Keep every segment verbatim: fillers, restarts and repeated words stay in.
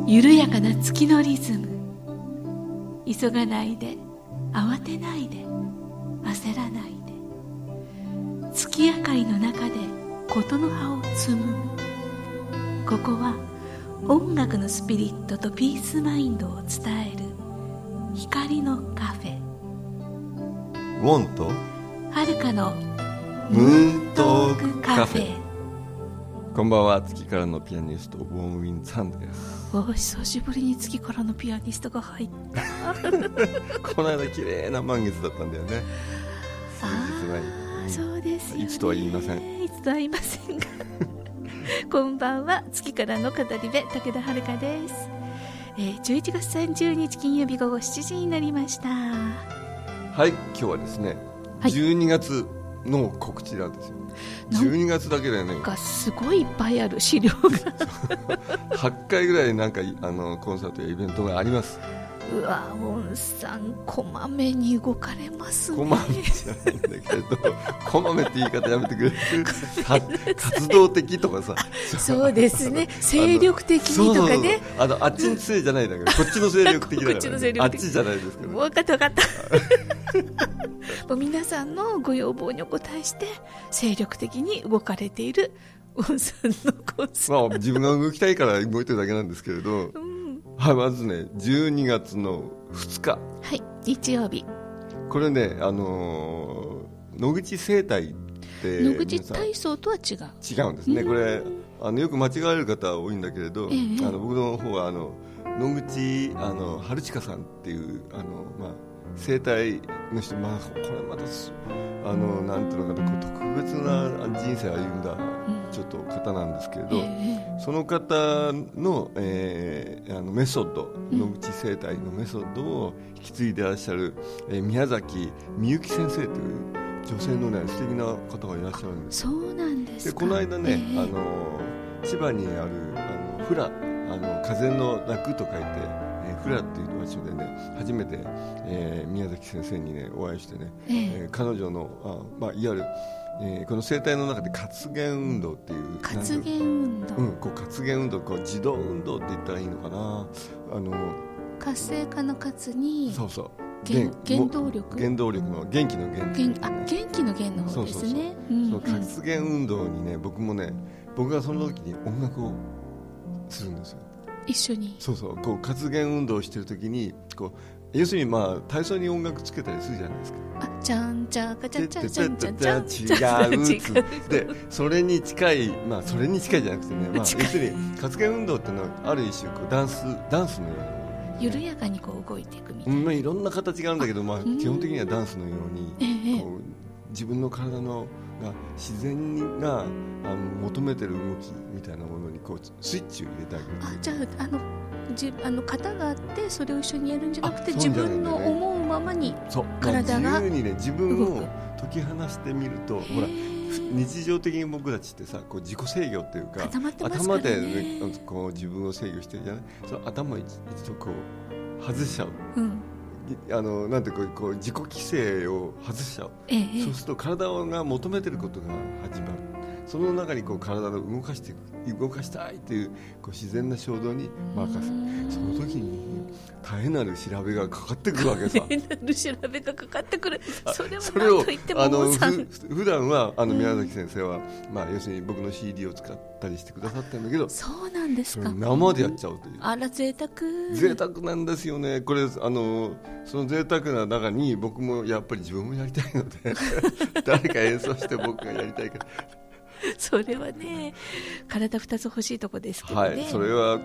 緩やかな月のリズム。急がないで、慌てないで、焦らないで。月明かりの中でことの葉を紡ぐ。ここは音楽のスピリットとピースマインドを伝える光のカフェ。 ウォンとはるかのムーントークカフェ。こんばんは、月からのピアニストウォームウィンサンドです。 お久しぶりに月からのピアニストが入ったこの間綺麗な満月だったんだよね。数日前に、 うん、そうですよね。 いつとは言いません。 いつとは言いませんがこんばんは、月からの語り部武田遥です。えー、じゅういちがつさんじゅうにち金曜日午後しちじになりました。 はい、今日はですね、 はい、 じゅうにがつの告知なんですよ。じゅうにがつだけでね、 なんかすごいいっぱいある資料がはちかいぐらいなんかあのコンサートやイベントがあります。 うわ、ウォンさんこまめに動かれますね。 こまめじゃないんだけれどこまめって言い方やめてくれる活動的とかさそうですね、精力的にとかね。 あのあっちのせいじゃないんだけど、こっちの精力的だから、ね、 こっちの精力的、 あっちじゃないですけど、 分かった分かったもう皆さんのご要望にお応えして精力的に動かれているウォンさんのコンサート、 まあ、自分が動きたいから動いてるだけなんですけれど、うん、はい、まずねじゅうにがつのふつか、 はい、日曜日、 これね、あのー、野口生態って野口体操とは違う違うんですね。これあのよく間違える方多いんだけれど、えー、あの僕の方はあの野口あの春近さんっていうあの、まあ、生態の人、まあ、これまたあのなんていうのかな、こう特別な人生を歩んだちょっと方なんですけれど、えー、その方の、えー、あのメソッド、野口生態のメソッドを引き継いでいらっしゃる、えー、宮崎みゆき先生という女性の、ね、素敵な方がいらっしゃるんです。 そうなんですか。 でこの間ね、えー、あの千葉にあるあのフラ、あの風の泣くと書いて、えー、フラっていう場所でね初めて、えー、宮崎先生にねお会いしてね、えーえー、彼女のあ、まあ、いわゆる、えー、この生態の中で活言運動っていう活言運動、 うん、こう活言運動、こう自動運動って言ったらいいのかな、あの活性化の活にそうそう原, 原動力原動力の元気の元気、ね、 あ元気の元の方ですね。そうそうそう、 うんうん、その活言運動にね、僕もね、僕がその時に音楽をするんですよ。 一緒に。 そうそう、こう活言運動をしてる時にこう要するに、まあ、体操に音楽つけたりするじゃないですか。 あ、ちゃんちゃかちゃんちゃんちゃんちゃんちゃん違うで、それに近い、まあそれに近いじゃなくてね、まあ、要するに活言運動っていうのはある一種こうダンスダンスのような緩やかにこう動いていくみたいな、 うん、まあ、いろんな形があるんだけど、まあ、基本的にはダンスのように、ええ、こう自分の体のが自然があの求めてる動きみたいなものにこうスイッチを入れてあげる。 あ、じゃあ、あのじあの型があってそれを一緒にやるんじゃなくて、自分の思うままに体が、 まあ、自由にね自分を解き放してみると、ほら日常的に僕たちってさ、こう自己制御っていうか、 頭で、ね、 こう自分を制御してるじゃない。その頭を一度こう外しちゃう、うん、あのなんてこう、こう自己規制を外しちゃう、ええ、そうすると体が求めてることが始まる。その中にこう体を動かして動かしたいという、こう自然な衝動に任せ、その時に大変なる調べがかかってくるわけさ。 大変なる調べがかかってくる。それをそれを何と言ってもあのふ普段はあの宮崎先生は、まあ、要するに僕の シーディー を使ったりしてくださったんだけど、 そうなんですか。 生でやっちゃうという。 あら贅沢贅沢なんですよね。これあのその贅沢な中に僕もやっぱり自分もやりたいので誰か演奏して僕がやりたいからそれはね、体ふたつ欲しいとこですけどね。 はい、それは、うん、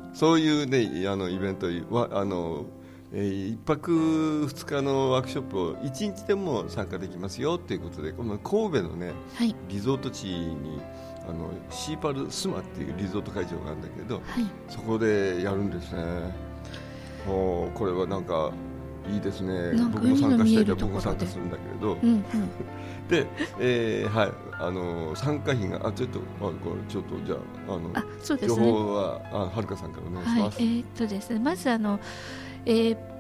そういう、ね、あのイベントはあの、えー、いっぱくふつかのワークショップをいちにちでも参加できますよということで、この神戸の、ね、はい、リゾート地にあのシーパルスマっていうリゾート会場があるんだけど、はい、そこでやるんですね。おこれはなんかいいですね。僕も参加したいから僕も参加するんだけれど、うんうんで、えーはい、あの参加費があちょっとあこれちょっとじゃああのあそうです、ね、情報はあはるかさんからお願いします。 はい、えー、っとですね、まずあの、えー、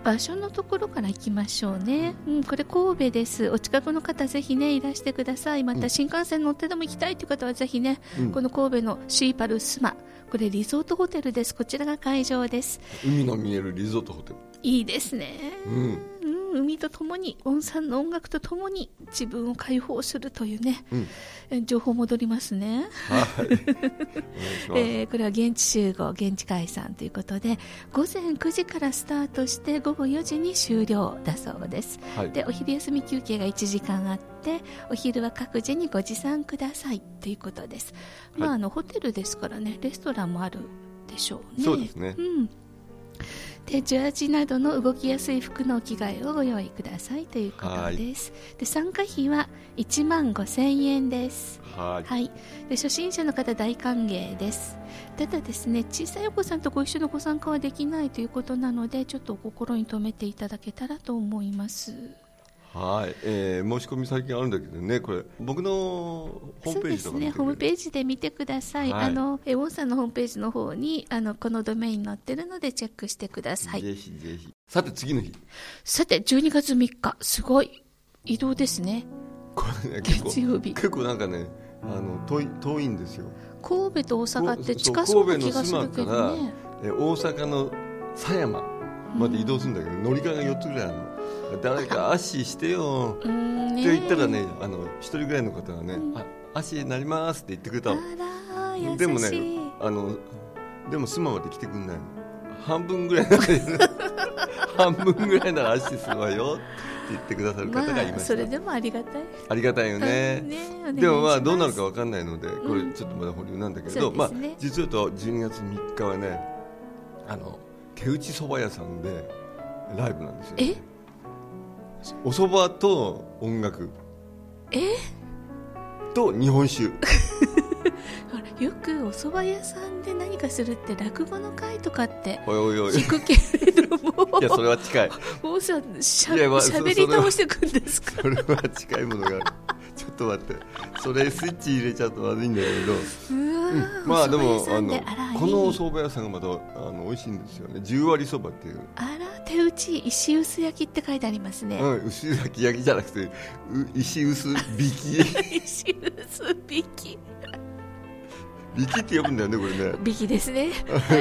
場所のところから行きましょうね、うん、これ神戸です。お近くの方ぜひねいらしてください。また新幹線乗ってでも行きたいという方はぜひね、うん、この神戸のシーパルスマ、これリゾートホテルです。こちらが会場です。 海の見えるリゾートホテル、 いいですね、うんうん、海とともにウォンさんの音楽とともに自分を解放するというね、うん、情報戻りますね、はいえー、これは現地集合現地解散ということで午前くじからスタートして午後よじに終了だそうです、はい、でお昼休み休憩がいちじかんあってお昼は各自にご持参くださいということです、はいまあ、あのホテルですからねレストランもあるでしょうね。 そうですね、 うんでジャージなどの動きやすい服のお着替えをご用意くださいということです。で参加費はいちまんごせんえんです。はい、はい、で初心者の方大歓迎です。ただですね小さいお子さんとご一緒のご参加はできないということなのでちょっとお心に留めていただけたらと思います。 はい、えー、申し込み最近あるんだけどね、これ僕のホームページとか見てくれる？そうですね、ホームページで見てください、はい、あのウォンさんのホームページの方にあのこのドメイン載ってるのでチェックしてください。 ぜひぜひ。さて次の日、 さてじゅうにがつみっか、すごい移動ですね。 これね結構月曜日結構なんかねあの 遠い、遠いんですよ。 神戸と大阪って近そうな気がするけどね。 神戸の須磨からえ大阪の狭山まで移動するんだけど、うん、乗り換えがよっつぐらいあるの。誰かアッシーしてよって言ったらね、あの一人ぐらいの方がね、うん、あアッシーになりますって言ってくれたの。でもねあのでも須磨まで来てくんないの。半分ぐらいなら半分ぐらいならアッシーするわよって言ってくださる方がいました、まあ、 それでもありがたいありがたいよ ね, ねでもまあどうなるか分かんないのでこれちょっとまだ保留なんだけど、うんまあ、実は言うとじゅうにがつみっかはねあの手打ちそば屋さんでライブなんですよ、ね、えお蕎麦と音楽えと日本酒よくお蕎麦屋さんで何かするって落語の会とかって聞くけれどもいやそれは近いもうさしゃ、まあ、しゃべり倒してくんですか。 それは近いものがあるちょっと待ってそれスイッチ入れちゃうとまずいんだけどうわ、うん、まあでもあのこのお蕎麦屋さんがまたあの美味しいんですよね。十割そばっていうあら手打ち石臼焼きって書いてありますね、 うん、石臼焼き焼きじゃなくて石臼引き石臼引き引きって呼ぶんだよねこれね。 引きですね、はい、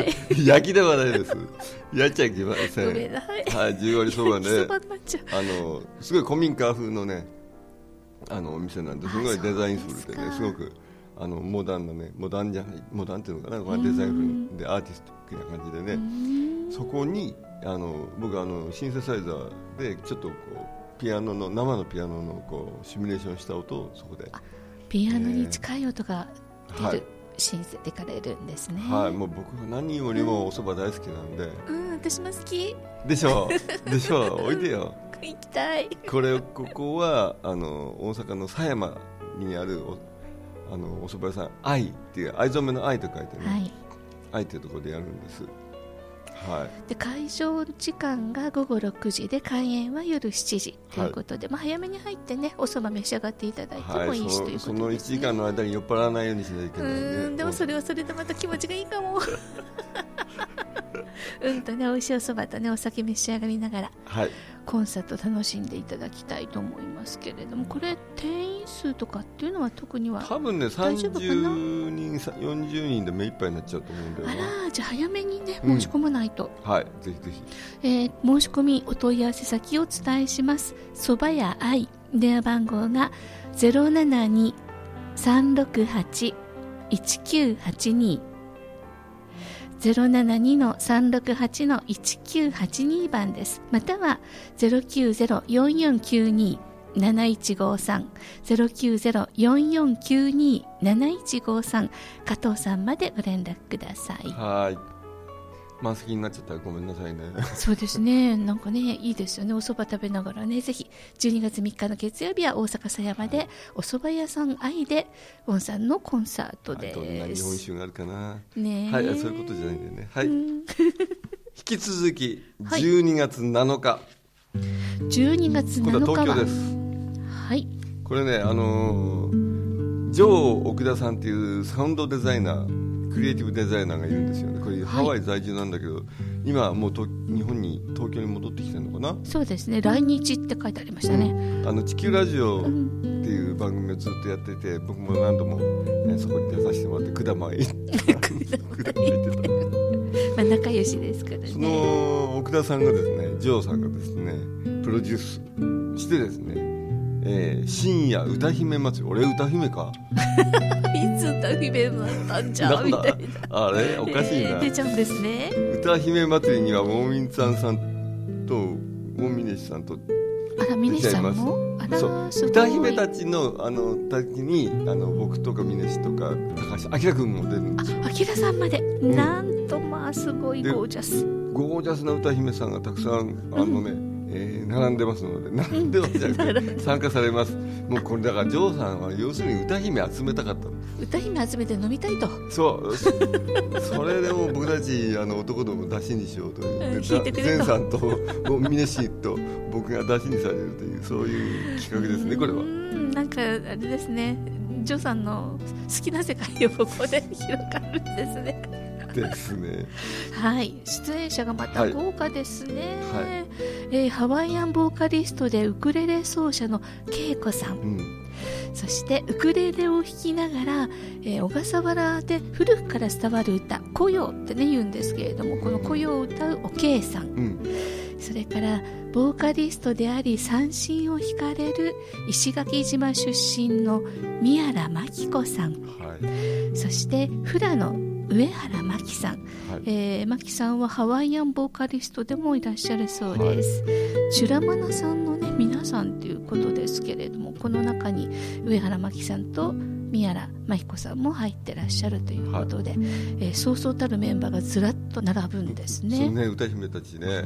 焼きではないです。焼いちゃいけません。 ごめんなさい、 はい、十割そばね焼きそばになっちゃう。 あのすごい古民家風のねあのお店なんですごいデザインフルでねすごくあのモダンなねモダンじゃないモダンっていうのかなこれデザインフルでアーティスティックな感じでねそこにあの僕あのシンセサイザーでちょっとこうピアノの生のピアノのこうシミュレーションした音をそこでピアノに近い音が出る、えーはいシンセでかれるんですね。 はい、もう僕は何よりもお蕎麦大好きなんで、 うん、うん、私も好きでしょでしょおいでよ行きたい。 これここはあの大阪の狭山にある お, あのお蕎麦屋さん愛っていう藍染めの愛と書いてね、はい、愛っていうところでやるんです。はい、で会場時間が午後ろくじで開演は夜しちじということで、はいまあ、早めに入ってねお蕎麦召し上がっていただいてもいいし、はい、ということですね。そのいちじかんの間に酔っ払わないようにしないといけない、ね、うんでもそれはそれでまた気持ちがいいかもうんとね美味しいお蕎麦とねお酒召し上がりながら、はい、コンサート楽しんでいただきたいと思いますけれどもこれ定員数とかっていうのは特には多分ねさんじゅうにんよんじゅうにんで目いっぱいになっちゃうと思うんだよね。 あらじゃあ早めにね申し込まないと、 うん、はいぜひぜひ、 えー、申し込みお問い合わせ先をお伝えします。そばや愛電話番号が ゼロななに さんろくはち いちきゅうはちに ゼロななに さんろくはち いちきゅうはちに 番です。または ゼロきゅうゼロ よんよんきゅうに なないちごさん ゼロきゅうゼロ よんよんきゅうに なないちごさん加藤さんまでご連絡ください。 はい満席になっちゃったらごめんなさいね。 そうですねなんかねいいですよねお蕎麦食べながらねぜひじゅうにがつみっかの月曜日は大阪狭山でお蕎麦屋さん愛でウォンさんのコンサートです。 どんな日本酒があるかなねはいそういうことじゃないんだよねはい引き続きじゅうにがつなのか、はい、 じゅうにがつなのかは今度は東京です。 はいこれねあのー、ジョー奥田さんっていうサウンドデザイナークリエイティブデザイナーがいるんですよね。これハワイ在住なんだけど、はい、今はもうと日本に東京に戻ってきてるのかな。 そうですね、来日って書いてありましたね、 うん、あの地球ラジオっていう番組をずっとやってて、僕も何度も、ね、そこに出させてもらって管巻いてまあ仲良しですからね。 その奥田さんがですね、ジョーさんがですねプロデュースしてですね、えー、深夜歌姫祭り、俺歌姫かいつ歌姫になったんじゃみたいな、 あれおかしいな、えー、出ちゃうんですね。 歌姫祭りにはウォーミンツァンさんとウォーミネシさんとあら、ミネシさんもあら、 そう歌姫たちのあのたちにあの僕とかミネシとか高橋明君も出るんですよ。 あ、明さんまで、うん、なんとまあすごいゴージャスゴージャスな歌姫さんがたくさんあのね、うんえー、並んでますので、並んでますじゃなくて参加されます。もうこれだからジョーさんは要するに歌姫集めたかったの。 歌姫集めて飲みたいと。 そうそれでも僕たちあの男ども出しにしようという、 弾いてくれと、 ゼンさんとミネシと僕が出しにされるという、そういう企画ですね。これはうんなんかあれですね、ジョーさんの好きな世界をここで広がるんですねですね。 はい、出演者がまた豪華ですね、はいはいえー、ハワイアンボーカリストでウクレレ奏者の恵子さん、うん、そしてウクレレを弾きながら、えー、小笠原で古くから伝わる歌、古謡ってね言うんですけれども、この古謡を歌うおけいさん、うん、それからボーカリストであり三線を弾かれる石垣島出身の宮原真紀子さん、はい、そしてフラの上原真紀さん、はいえー、真紀さんはハワイアンボーカリストでもいらっしゃるそうです、はい、チュラマナさんの、ね、皆さんということですけれども、この中に上原真紀さんと宮原真紀子さんも入ってらっしゃるということで、はいえー、そうそうたるメンバーがずらっと並ぶんですね。 そうね、歌姫たちね、うん、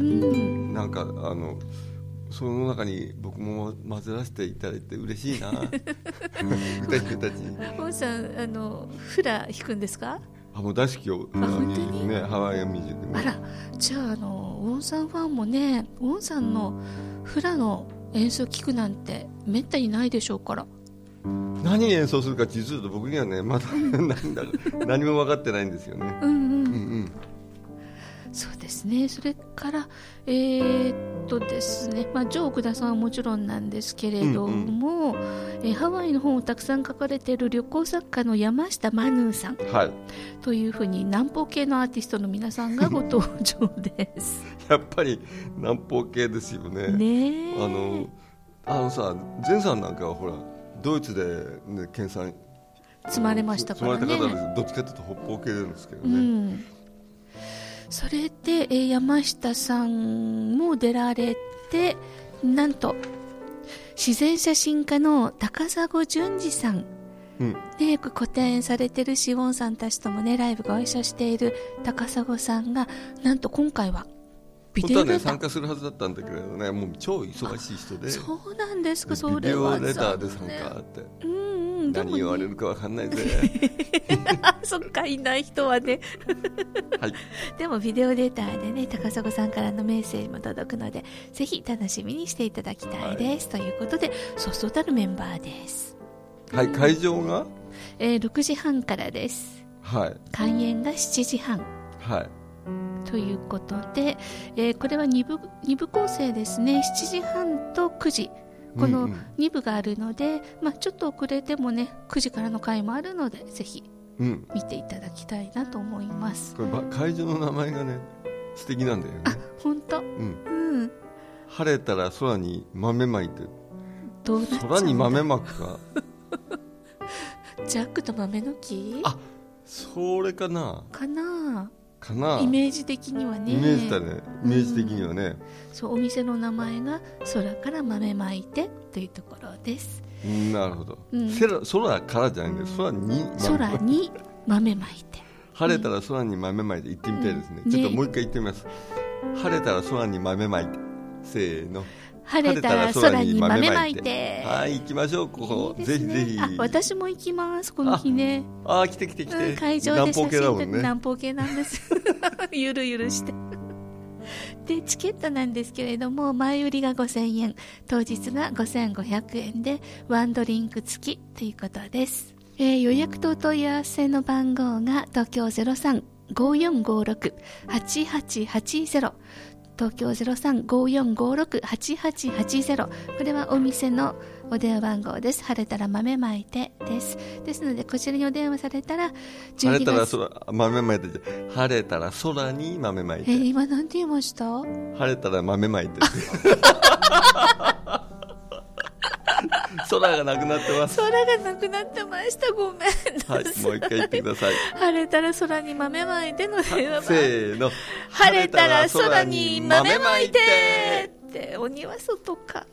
なんかあのその中に僕も混ぜらせていただいて嬉しいな歌姫たちに。 王さんあのフラ弾くんですか？ あもう大好きよ。 あ本当に、 ね、ハワイアンミュージック、ね、 あら、じゃあ、あのウォンさんファンもね、ウォンさんのフラの演奏聴くなんてめったにないでしょうから。 何演奏するか実は僕にはねまだ何だ何も分かってないんですよね。 うんうん、うんうん、そうですね。それからえー、っとですね、まあ、ジョー奥田さんはもちろんなんですけれども、うんうんえー、ハワイの本をたくさん書かれている旅行作家の山下マヌーさん、はい、というふうに南方系のアーティストの皆さんがご登場ですやっぱり南方系ですよね。 ねあのあのさ、ゼンさんなんかはほらドイツで、ね、研鑽積まれましたからね。 積まれた方です。どっちかというと北方系なんですけどね、うん、 それで、えー、山下さんも出られて、なんと自然写真家の高砂淳二さん、うんね、よく個展されてるし、ウォンさんたちとも、ね、ライブご一緒している高砂さんがなんと今回はビデオレター、 本当はね参加するはずだったんだけれどね、もう超忙しい人で。 そうなんですか。それはビデオレターで参加って、うんうん、何言われるか分かんないぜそっか、いない人はね、はい、でもビデオレターでね高砂さんからのメッセージも届くので、ぜひ楽しみにしていただきたいです、はい、ということでそうそうたるメンバーです。 はい、会場が、 えー、ろくじはんからです、はい、開演がしちじはん、はいということで、えー、これは 2部、に部構成ですね。しちじはんとくじ、このに部があるので、うんうんまあ、ちょっと遅れてもねくじからの回もあるので、ぜひ見ていただきたいなと思います、 うん、これ会場の名前がね素敵なんだよね。 あ、本当、うんうん、 晴れたら空に豆まいて。 どうなっちゃうんだ。 空に豆まくかジャックと豆の木。 あ、それかなかなかな、 イメージ的にはね。 イメージだね、イメージ的にはね、うん、 そう、お店の名前が空から豆まいてというところです。 なるほど、うん、空からじゃないんだよ、空に空に豆まいて晴れたら空に豆まいて行ってみたいですね、うん、ちょっともう一回行ってみます、ね、晴れたら空に豆まいて、せーの、 晴れたら空に豆まいて、 はい、行きましょう。ここいい、ね、ぜひぜひ。 あ、私も行きます、この日ね。 ああ、来て来て来て、 うん、会場で写真撮って、 ね、 南方系なんですゆるゆるしてでチケットなんですけれども、前売りがごせんえん、当日がごせんごひゃくえんでワンドリンク付きということです。 えー、予約とお問い合わせの番号が東京 ゼロさん ごーよんごーろく はちはちはちゼロ、東京 ゼロさん ごーよんごーろく はちはちはちゼロ、これはお店のお電話番号です。晴れたら豆まいてです。ですのでこちらにお電話されたらじゅうにがつ、 晴れたら空豆まいて、晴れたら空に豆まいて、 えー、今なんて言いました？ 晴れたら豆まいて空がなくなってます。 空がなくなってました。ごめんなさい。 はい、もう一回言ってください。 晴れたら空に豆まいての電話番号。 せーの。 晴れたら空に豆まいてって鬼は外か。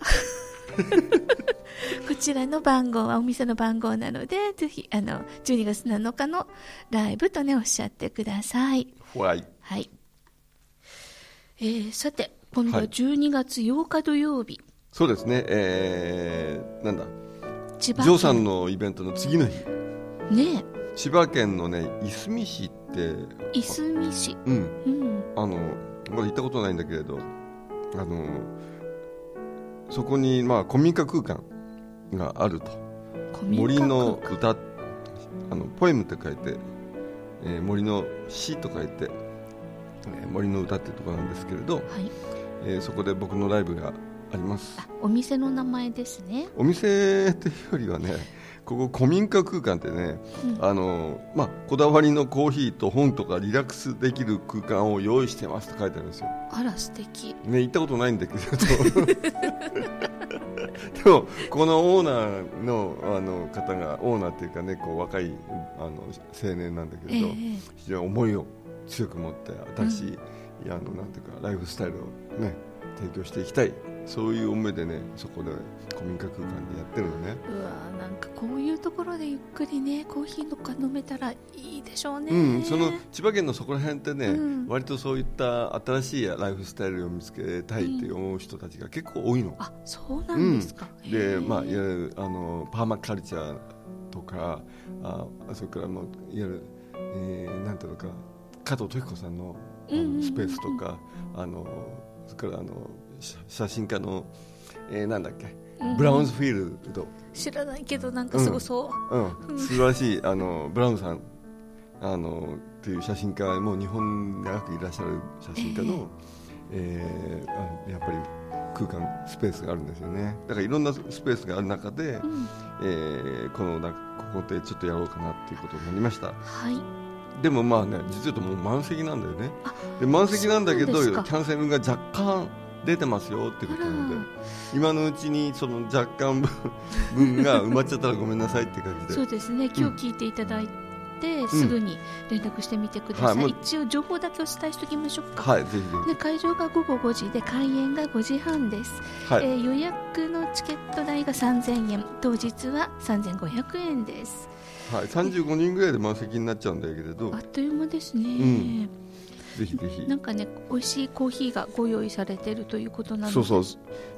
こちらの番号はお店の番号なので、ぜひあのじゅうにがつなのかのライブとねおっしゃってください。 はい。 はい。えー、さて今度はじゅうにがつようか土曜日。はい、 そうですね。えー、なんだ。 千葉県ジョーさんのイベントの次の日。 ね。 千葉県のね、いすみ市って。 いすみ市。 うん。うん、あのまだ行ったことないんだけれど、あの。そこにまあ古民家空間があると。森の歌、あのポエムって書いて、えー、森の詩と書いて、えー、森の歌っていうところなんですけれど、はい、えー、そこで僕のライブがあります。 あ、お店の名前ですね。 お店っていうよりはね、ここ古民家空間ってね、うん、あのまあ、こだわりのコーヒーと本とかリラックスできる空間を用意してますと書いてあるんですよ。 あら素敵、 ね、行ったことないんだけどでもこのオーナー の, あの方がオーナーっていうかね、こう若いあの青年なんだけれど、えー、非常に思いを強く持って新しい、うん、あのなんていうかライフスタイルをね提供していきたい、そういう思いでね、そこで古民家空間でやってるのね。 うわー、なんかこういうところでゆっくりねコーヒーとか飲めたらいいでしょうね。 うん、その千葉県のそこら辺ってね、うん、割とそういった新しいライフスタイルを見つけたいって思う人たちが結構多いの、うん、 あ、そうなんですか、 うん、で、まあ、いわゆるあのパーマカルチャーとか、あそれからもういわゆる、えー、なんていうのか、加藤時子さん の, あのスペースとか、あのそれからあの写真家の、えー、なんだっけ、うん、ブラウンズフィールド、 知らないけどなんかすごそう、 うんうん、素晴らしいあのブラウンさんあのという写真家、もう日本長くいらっしゃる写真家の、えーえー、やっぱり空間スペースがあるんですよね。だからいろんなスペースがある中で、うん、えー、このここでちょっとやろうかなっていうことになりました。 はい。 でもまあね、実は言うともう満席なんだよね。で満席なんだけどキャンセルが若干出てますよってことなので、今のうちにその若干分が埋まっちゃったらごめんなさいって感じで。 そうですね、今日聞いていただいて、うん、すぐに連絡してみてください、はい、一応情報だけお伝えしておきましょうか。 はい、ぜひぜひ。 で会場がごごごじで開演がごじはんです、はい、えー、予約のチケット代がさんぜんえん、当日はさんぜんごひゃくえんです。 はい、さんじゅうごにんぐらいで満席になっちゃうんだけれど、 あっという間ですね、うん、 ぜひぜひ。 なんかね、美味しいコーヒーがご用意されているということなので、 そうそう、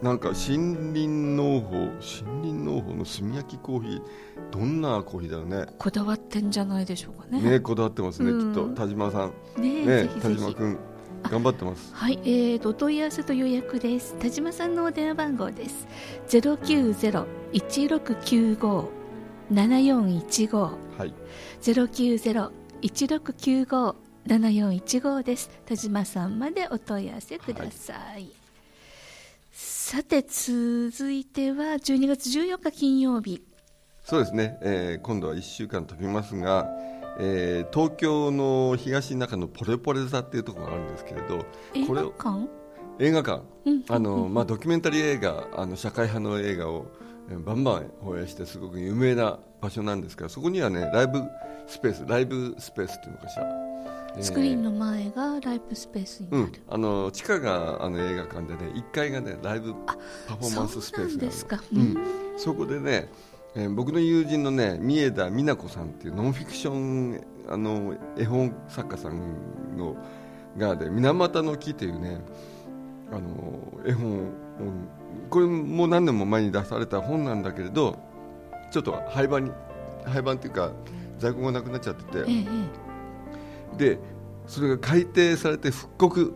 なんか森林農法森林農法の炭焼きコーヒー、どんなコーヒーだろうね。 こだわってんじゃないでしょうかね。 ね、こだわってますね、うん、きっと田島さんね、ね、田島君頑張ってます。 はい、えーと、お問い合わせと予約です。田島さんのお電話番号です。 ゼロきゅうゼロ いちろくきゅうご ななよんいちご、はい、ゼロきゅうゼロ いちろくきゅうご ななよんいちごです。田島さんまでお問い合わせください、はい、さて続いてはじゅうにがつじゅうよっか金曜日。 そうですね、えー、今度はいっしゅうかん飛びますが、えー、東京の東中のポレポレ座っていうところがあるんですけれど、 映画館映画館、うんあのまあ、ドキュメンタリー映画、あの社会派の映画をバンバン放映してすごく有名な場所なんですが、そこにはねライブスペースライブスペースっていうのかしら、 スクリーンの前がライブスペースになる、うん、 あの地下があの映画館でね、いっかいがねライブパフォーマンススペースがある。そうなんですか、うん、そこでね、えー、僕の友人のね三枝美奈子さんっていうノンフィクションあの絵本作家さんのがで、水俣の木というねあの絵本を、これもう何年も前に出された本なんだけれど、ちょっと廃盤に廃盤っていうか在庫がなくなっちゃってて、ええ、でそれが改訂されて復刻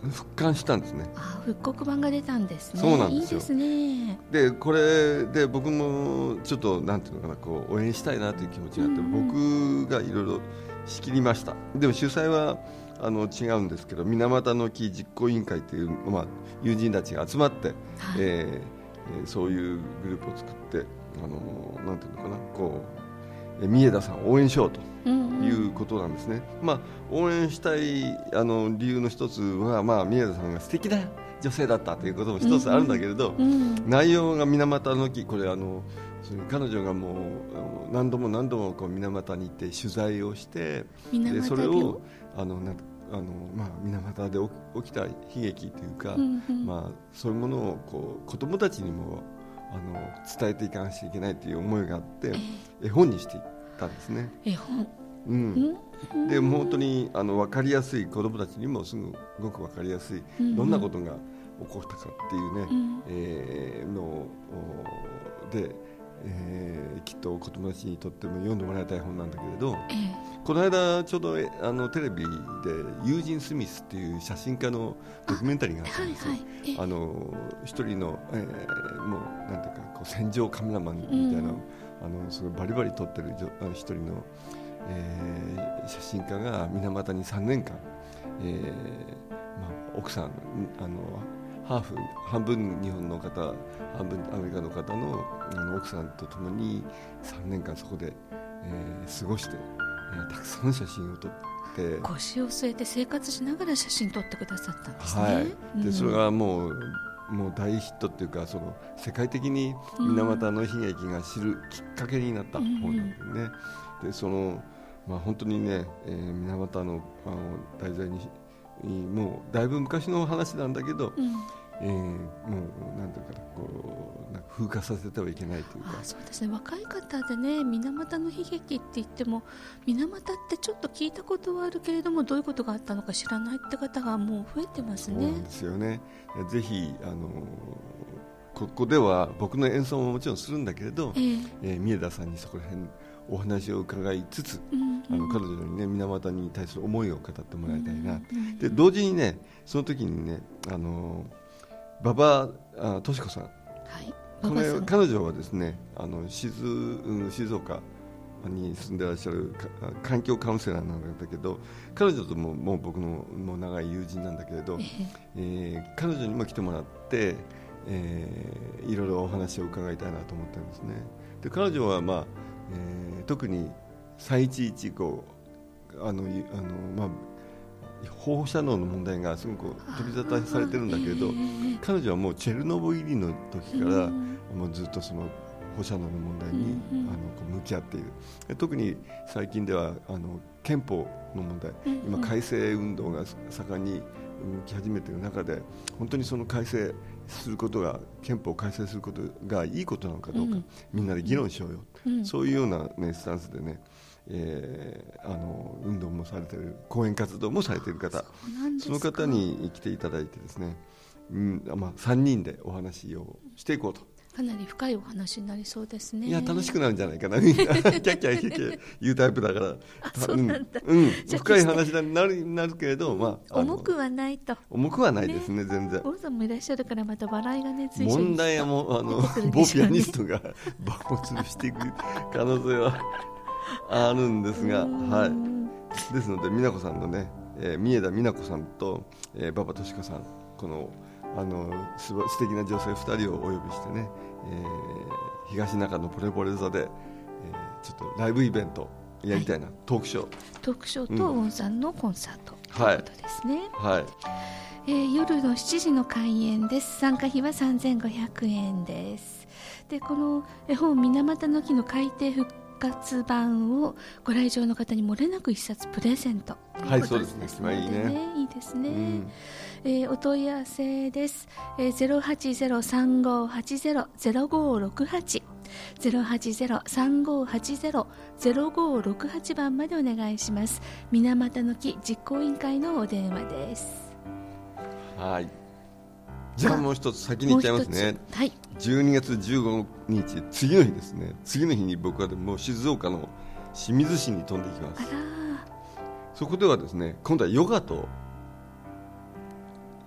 復刊したんですね。 あ、復刻版が出たんですね。 そうなんですよ。 いいですね。 でこれで僕もちょっとなんていうのかな、こう応援したいなという気持ちがあって、うんうん、僕がいろいろ仕切りました。でも主催はあの違うんですけど、水俣の木実行委員会という、まあ、友人たちが集まって、はい、えー、そういうグループを作って、あのなんていうのかな、こう三重田さんを応援しようということなんですね。うんうん、まあ、応援したいあの理由の一つは、まあ、三重田さんが素敵な女性だったということも一つあるんだけれど、うんうん、内容が水俣の木、これあの彼女がもう何度も何度もこう水俣に行って取材をして、でそれをあのなんあの、まあ、水俣で起きた悲劇というか、うんうん、まあ、そういうものをこう子どもたちにもあの伝えていかなきゃいけないという思いがあって、えー、絵本にしていったんですね。 絵本、 うん、うん、で本当にあの分かりやすい、子どもたちにもすごく分かりやすい、うんうん、どんなことが起こったかっていうね、うん、えー、ので、えー、きっと子どもたちにとっても読んでもらいたい本なんだけれど、えー、この間ちょうどあのテレビでユージン・スミスっていう写真家のドキュメンタリーがあったんですよ。はいはい、えー、あの一人の、えー、もうなんていうかこう戦場カメラマンみたいな、うん、あのすごいバリバリ撮ってるあの一人の、えー、写真家が水俣にさんねんかん、えーまあ、奥さんあのハーフ半分日本の方半分アメリカの方 の, あの奥さんと共にさんねんかんそこで、えー、過ごして、えー、たくさんの写真を撮って腰を据えて生活しながら写真撮ってくださったんですね。 はい、で、うん、それがもうもう大ヒットっていうか、その世界的に水俣の悲劇が知るきっかけになった本なんですね。うん、でその、まあ、本当にね、えー、水俣の、あの題材にもうだいぶ昔の話なんだけど、うん、えー、もうなんていうかな、こうなんか風化させてはいけないというか。 あ、そうですね、若い方でね、水俣の悲劇って言っても水俣ってちょっと聞いたことはあるけれどもどういうことがあったのか知らないって方がもう増えてますね。 そうなんですよね。ぜひあのここでは僕の演奏ももちろんするんだけれど、えーえー、三重田さんにそこら辺お話を伺いつつ、うんうん、あの彼女にね水俣に対する思いを語ってもらいたいな、うんうん、で同時にね、その時にね、あの馬場敏子さん、はい、これ彼女はですね、あの 静, 静岡に住んでらっしゃる環境カウンセラーなんだけど、彼女とももう僕のもう長い友人なんだけれど、えー、彼女にも来てもらって、えー、いろいろお話を伺いたいなと思ったんですね。で彼女は、まあえー、特にさんいちいちこうあのあの、まあ、放射能の問題がすごく取り沙汰されてるんだけれど、えー、彼女はもうチェルノブイリの時から、うん、もうずっとその放射能の問題に、うんうん、あのこう向き合っている。特に最近ではあの憲法の問題、うんうん、今改正運動が盛んに動き始めている中で、本当にその改正することが、憲法を改正することがいいことなのかどうか、うん、みんなで議論しようよ、うん、そういうような、ね、スタンスでね、えー、あの運動もされている、講演活動もされている方、 そ, その方に来ていただいてですね、うん、まあ、さんにんでお話をしていこうと。 かなり深いお話になりそうですね。 いや楽しくなるんじゃないかな、みんなキャッキャキャッキャ言うタイプだから。 あ、そうなんだ、 うんうん、深い話になる、なるけれど、まあ、 重くはないと。 重くはないです ね, ね全然。 王さんもいらっしゃるからまた笑いがね、つい問題はもうあの某ピアニストが場を潰していく可能性はあるんですが、はい、ですので美奈子さんのね、えー、三重田美奈子さんと、えー、馬場敏子さん、このあのす素敵な女性ふたりをお呼びしてね、えー、東中野ポレポレ座で、えー、ちょっとライブイベントやりたいな、はい、トークショートークショーとウォンさんのコンサート、うん、ということですね。 はい、 えー、夜のしちじの開演です。参加費はさんぜんごひゃくえんです。でこの絵本水俣の木の改訂復活版をご来場の方に漏れなく一冊プレゼントということです。はい、そうですね。いいね。いいですね。うん、えー、お問い合わせです。えー、ゼロはちゼロさんごはちゼロゼロごろくはち ゼロはちゼロさんごはちゼロゼロごろくはち番までお願いします。水俣の木実行委員会のお電話です。 はい。じゃあもう一つ先に言っちゃいますね。はい、じゅうにがつじゅうごにち、次の日ですね。次の日に僕はでも静岡の清水市に飛んでいきます。あら、そこではですね、今度はヨガと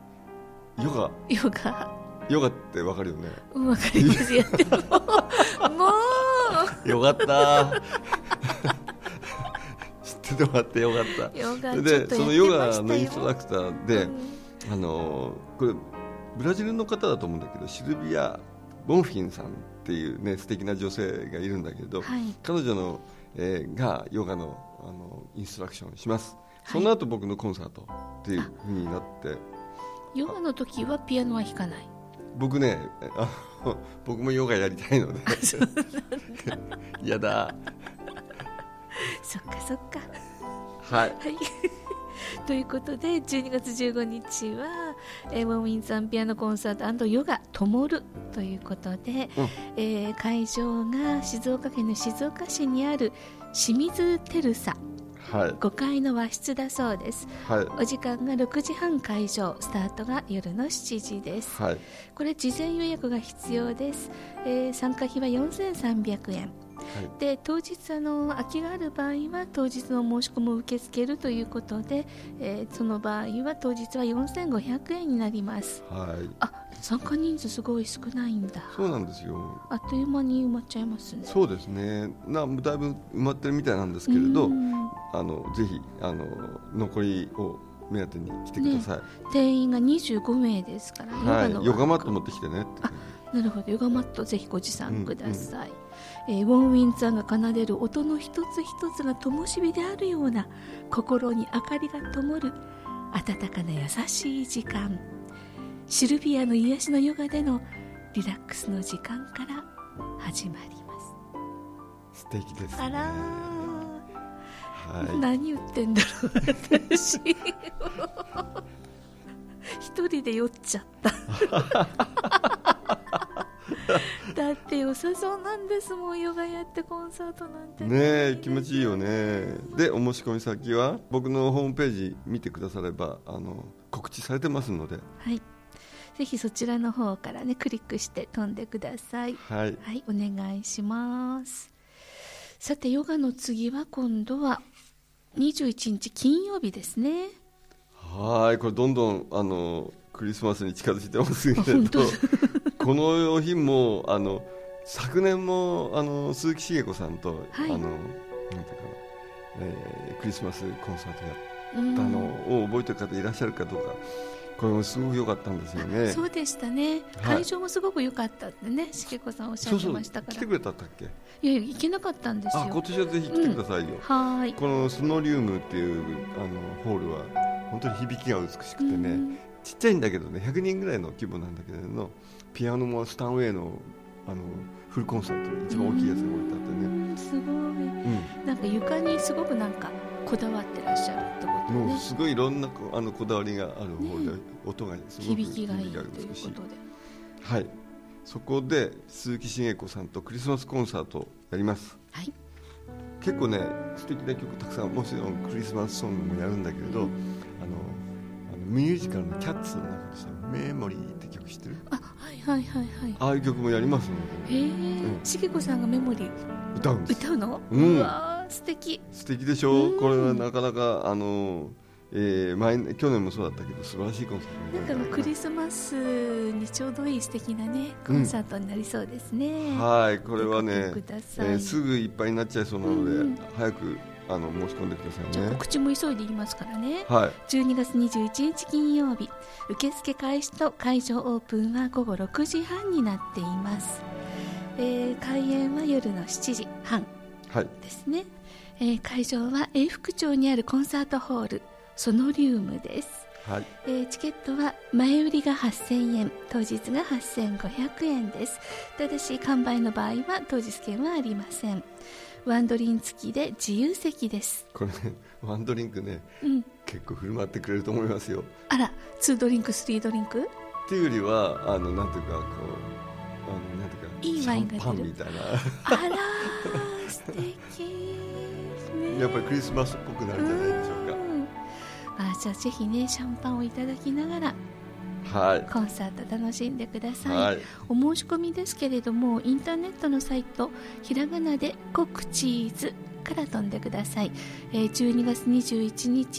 ヨガヨガヨガってわかるよね。 うん、わかりますよ。でももうよかった知っててもらってよかった。 ヨガちょっとやってましたよ。 でそのヨガのインストラクターで、うん、あのこれブラジルの方だと思うんだけど、シルビア・ボンフィンさんっていう、ね、素敵な女性がいるんだけど、はい、彼女の、えー、がヨガの、あのインストラクションをします、はい、その後僕のコンサートっていう風になって。 ヨガの時はピアノは弾かない？ 僕ね、あ僕もヨガやりたいのでやだそっかそっかはい、 はいということでじゅうにがつじゅうごにちは、えー、ウォンウィンさんピアノコンサート&ヨガともるということで、うん、えー、会場が静岡県の静岡市にある清水テルサ、はい、ごかいの和室だそうです、はい、お時間がろくじはん開場、スタートが夜のしちじです、はい、これ事前予約が必要です、えー、参加費はよんせんさんびゃくえん、はい、で当日あの空きがある場合は当日の申し込みを受け付けるということで、えー、その場合は当日はよんせんごひゃくえんになります、はい、あ、参加人数すごい少ないんだ。 そうなんですよ。 あっという間に埋まっちゃいますね。 そうですね、なだいぶ埋まってるみたいなんですけれど、あのぜひあの残りを目当てに来てください、ね、 定員がにじゅうごめいですから、 はい、ヨガマット持ってきてねって。 あ、なるほど、ヨガマットぜひご持参ください、うんうん、えー、ウォンウィンさんが奏でる音の一つ一つが灯火であるような、心に明かりが灯る温かな優しい時間、シルビアの癒しのヨガでのリラックスの時間から始まります。 素敵ですね。 あら、はい、何言ってんだろう私一人で酔っちゃっただって良さそうなんですもん、ヨガやってコンサートなんて ね, ね気持ちいいよね。でお申し込み先は僕のホームページ見てくださればあの告知されてますので、 はい、ぜひそちらの方からねクリックして飛んでください。はい、はい、お願いします。さてヨガの次は今度はにじゅういちにち金曜日ですね。 はい、これどんどんあのクリスマスに近づいてますけれどこの日もあの昨年もあの鈴木茂子さんと、はい、あのなんていうかな、えー、クリスマスコンサートやったのを覚えてる方いらっしゃるかどうか、これもすごく良かったんですよね。 そうでしたね、はい、会場もすごく良かったってね茂子さんおっしゃってましたから。 そうそう、来てくれたんだっけ。 いやいや行けなかったんですよ。 あ、今年はぜひ来てくださいよ、うん、はい。このスノリウムっていうあのホールは本当に響きが美しくてね、うん、ちっちゃいんだけどねひゃくにんぐらいの規模なんだけれど、ピアノもスタンウェイのあのフルコンサートで一番大きいやつが置いてあってね、 うん、すごい、うん、なんか床にすごくなんかこだわってらっしゃるってことね。 もうすごいいろんなあのこだわりがある方で、ね、音がすごく響きがいいということで、 はい、そこで鈴木茂子さんとクリスマスコンサートをやります、はい、結構ね素敵な曲たくさん、もちろんクリスマスソングもやるんだけれど、うん、あのあのミュージカルのキャッツの中でさメモリーって曲知ってる？ あ、はいはいはいはい。 ああいう曲もやりますので、 へえ、うん、茂子さんがメモリー歌うんです。 歌うの？ うん、 うわ素敵。 素敵でしょ、うん、これはなかなかあの、えー、前去年もそうだったけど素晴らしいコンサートなんかクリスマスにちょうどいい素敵なねコンサートになりそうですね、 うん、はい、これはね、えー、すぐいっぱいになっちゃいそうなので、うん、早くあの申し込んでくださいね。 じゃあ告知も急いで言いますからね、はい、じゅうにがつにじゅういちにち金曜日、受付開始と会場オープンはごごろくじはんになっています、えー、開演は夜のしちじはんですね、はい、えー、会場は永福町にあるコンサートホールソノリウムです、はい、えー、チケットは前売りがはっせんえん、当日がはっせんごひゃくえんです。ただし完売の場合は当日券はありません。ワンドリン付きで自由席です。 これ、ね、ワンドリンクね、うん、結構振る舞ってくれると思いますよ。 あら、ツードリンクスリードリンクっていうよりはあのなんていうかこうあのなんていうかいいワインが出るシャンパンみたいなあら素敵、ね、 やっぱりクリスマスっぽくなるんじゃないでしょうか。 まあ、じゃあぜひねシャンパンをいただきながら、はい、コンサート楽しんでください、はい、お申し込みですけれどもインターネットのサイトひらがなでコクチーズから飛んでください、えー、じゅうにがつにじゅういちにち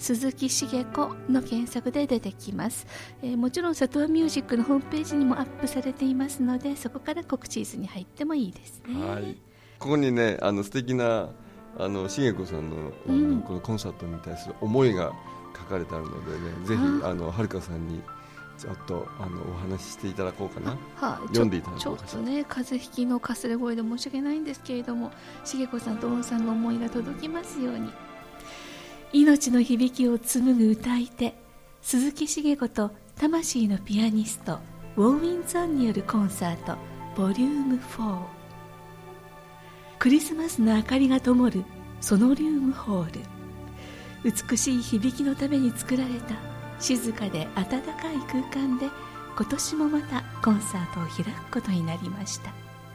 鈴木茂子の検索で出てきます、えー、もちろん里和ミュージックのホームページにもアップされていますので、そこから告知図に入ってもいいですね。 はい、ここにね、あの素敵なあの茂子さん の,、うん、このコンサートに対する思いが書かれてあるのでね、ぜひあのはるかさんにちょっとあのお話ししていただこうかな、はあ、読んでいただこうかしら。 ちょっとね、風邪ひきのかすれ声で申し訳ないんですけれども、茂子さんと大野さんの思いが届きますように。命の響きを紡ぐ歌い手鈴木茂子と魂のピアニストウォーウィンザンによるコンサートボリュームフォー。クリスマスの明かりが灯るソノリウムホール。美しい響きのために作られた静かで温かい空間で、今年もまたコンサートを開くことになりました。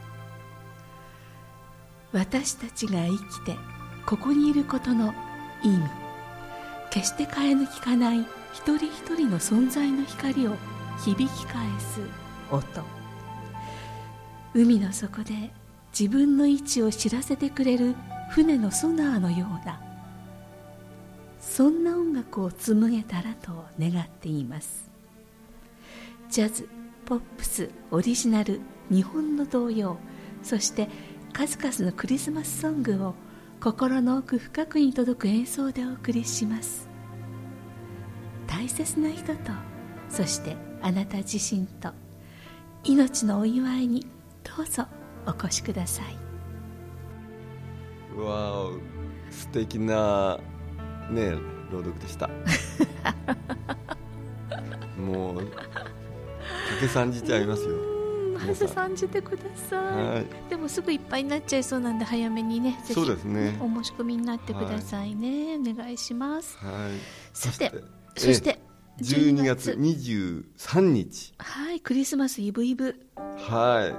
私たちが生きてここにいることの意味、決して替えの利かない一人一人の存在の光を響き返す音。海の底で自分の位置を知らせてくれる船のソナーのような、そんな音楽を紡げたらと願っています。ジャズ、ポップス、オリジナル、日本の童謡、そして数々のクリスマスソングを心の奥深くに届く演奏でお送りします。大切な人と、そしてあなた自身と、命のお祝いにどうぞお越しください。 わお、素敵なね朗読でしたもうかけ算じちゃいますよ。 まず算じてください。はい、でもすぐいっぱいになっちゃいそうなんで、早めにね、ぜひそうですね、 お申し込みになってくださいね、はい、お願いします。 はい、 さて、そしてじゅうにがつにじゅうさんにち、 はい、クリスマスイブイブ、 はい、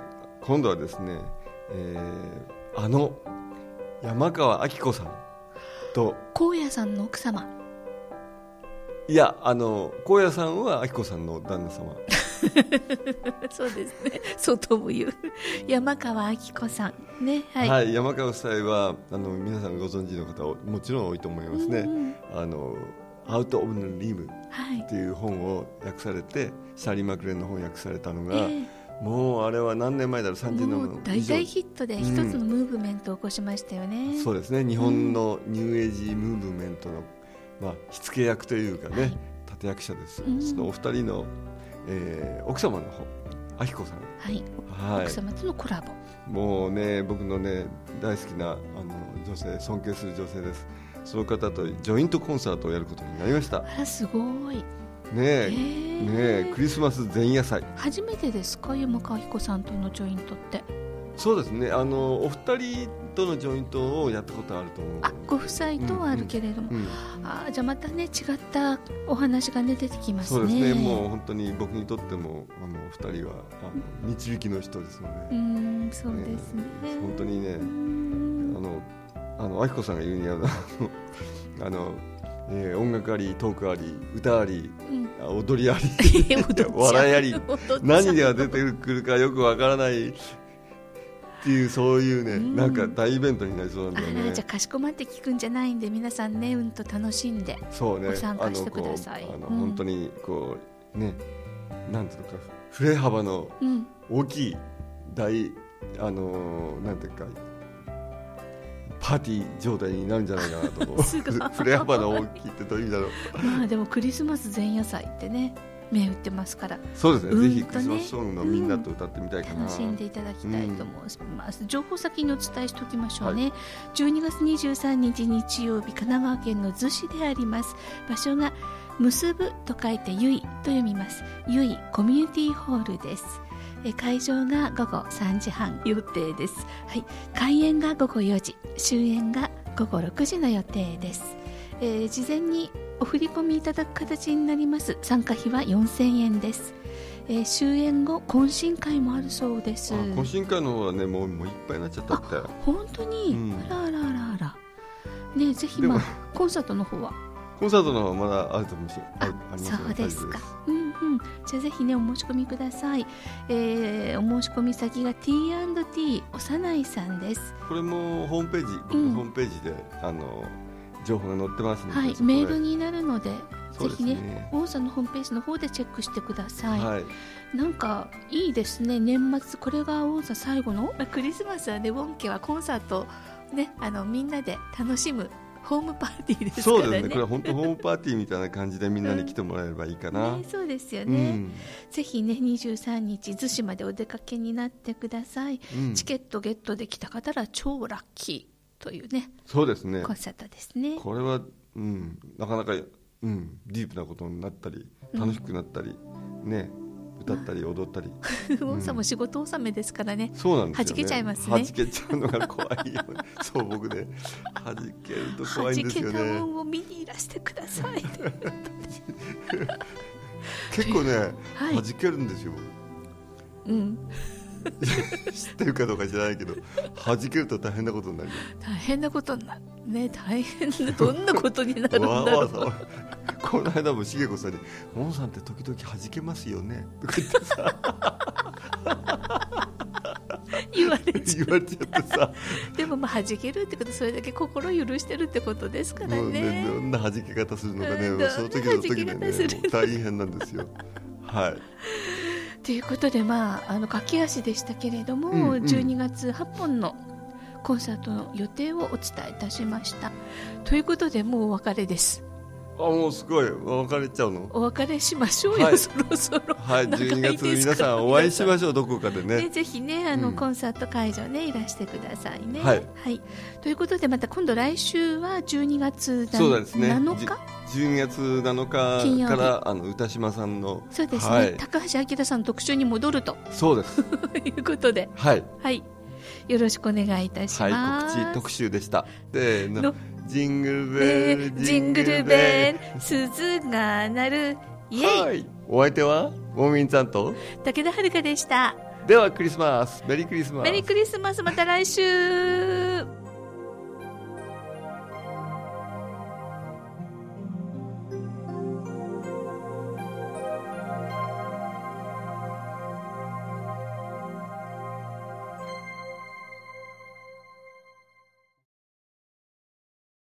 今度はですね、えー、あの山川明子さんと高野さんの奥様、 いや、あの高野さんは明子さんの旦那様そうですね、そうとも言う山川明子さんね、はい、 はい、山川夫妻はあの皆さんご存知の方もちろん多いと思いますね、うん、あのアウト・オブ・のリムっていう本を訳されて、はい、シャーリー・マクレーンの本を訳されたのが、えーもうあれは何年前だろう、さんじゅうねん以上、 大大ヒットで一つのムーブメントを起こしましたよね、 うん、そうですね、日本のニューエイジムーブメントの、まあ、火付け役というかね、はい、立役者です、うん、そのお二人の、えー、奥様の方明子さん、 はいはい、奥様とのコラボ、 もうね、僕のね大好きなあの女性、尊敬する女性です。その方とジョイントコンサートをやることになりました。 あら、すごいねえ、ねえ、クリスマス前夜祭初めてですか、山川彦さんとのジョイントって。 そうですね、あのお二人とのジョイントをやったことあると思う。 あ、ご夫妻とはあるけれども、うんうん、あ、じゃあまたね違ったお話が、ね、出てきますね。 そうですね、もう本当に僕にとってもあのお二人はあの導きの人ですので、 うん、そうですね、 ね、本当にね、あのあの明子さんが言うにはあのえー、音楽あり、トークあり、歌あり、うん、踊りあり笑いあり何が出てくるかよくわからないっていう、そういうね、うん、なんか大イベントになりそうなんだよね。 じゃあかしこまって聞くんじゃないんで、皆さんね、うんと楽しんでご参加してください。 あの、うん、本当にこうね、なんていうのか、振れ幅の大きい大、あのなんていうかパーティー状態になるんじゃないかなと思う振れ幅の大きいってどういう意味だろうまあでもクリスマス前夜祭ってね、目打ってますから、 そうですね、うん、ぜひクリスマスソングのみんなと歌ってみたいかな、 うん、楽しんでいただきたいと思います、うん、情報先にお伝えしておきましょうね、はい、じゅうにがつにじゅうさんにち日曜日、神奈川県の逗子であります。場所が結ぶと書いてゆいと読みます。ゆいコミュニティホールです。会場がごごさんじはん予定です、はい、開演がごごよじ、終演がごごろくじの予定です、えー、事前にお振り込みいただく形になります。参加費はよんせんえんです、えー、終演後懇親会もあるそうです。あ、 懇親会の方はね、もう、もういっぱいになっちゃったって。 本当に、うん、あらあらあらあら、ね、ぜひ、まあ、コンサートの方はコンサートの方はまだあると思うし、あ、ありますよね。 そうですか、うんうん、じゃあぜひねお申し込みください、えー、お申し込み先が ティーアンドティー おさないさんです。 これもホームページ、僕のホームページで、うん、あの情報が載ってますので、 はい、メールになるので、ぜひね、オーサのホームページの方でチェックしてください。はい、なんかいいですね、年末、これがオーサ最後の、まあ、クリスマスはね、ウォン家はコンサート、ね、あのみんなで楽しむホームパーティーですからね。 そうですね、これは本当ホームパーティーみたいな感じでみんなに来てもらえればいいかな、 うんね、そうですよね、うん、ぜひねにじゅうさんにち逗子までお出かけになってください、うん、チケットゲットできた方は超ラッキーというね、 そうですね、 コンサートですね。 これは、うん、なかなか、うん、ディープなことになったり楽しくなったり、うん、ね、歌ったり踊ったり、 ウォンさんも仕事納めですからね、 そうなんですよね、 弾けちゃいますね、 弾けちゃうのが怖いよそう、僕ね、弾けると怖いんですよね。 弾けたウォンを見にいらしてください結構ね、はい、弾けるんですよ、 うん知ってるかどうか知らないけど、弾けると大変なことになる。 大変なことになるね、大変な、どんなことになるんだろうこの間もしげこさんに「モンさんって時々弾けますよね」とか言ってさ言われちゃ言われちゃってさでもまあ弾けるってことはそれだけ心許してるってことですから ね, ねどんな弾け方するのかね、うん、その時の時でね大変なんですよはいということで、まあ、あの駆け足でしたけれども、うんうん、じゅうにがつはっぽんのコンサートの予定をお伝えいたしました。ということで、もうお別れです。 あ、もうすごい、お別れちゃうの？ お別れしましょうよ、はい、そろそろ。 はい、じゅうにがつ皆さんお会いしましょう、どこかでね。 ね、ぜひね、あの、うん、コンサート会場ね、いらしてくださいね。はい。はい、ということで、また今度来週はじゅうにがつなのか、 じゅうにがつなのかからあの歌島さんの、 そうですね、はい、高橋明さんの特集に戻ると、 そうですということで、 はい、 はい、よろしくお願いいたします。 はい、告知特集でした。でのジングルベル、 ジングルベル、鈴が鳴る、イエイ、はい、 お相手はウォンミンちゃんと武田遥でした。 ではクリスマス、メリークリスマス、 メリークリスマス、また来週。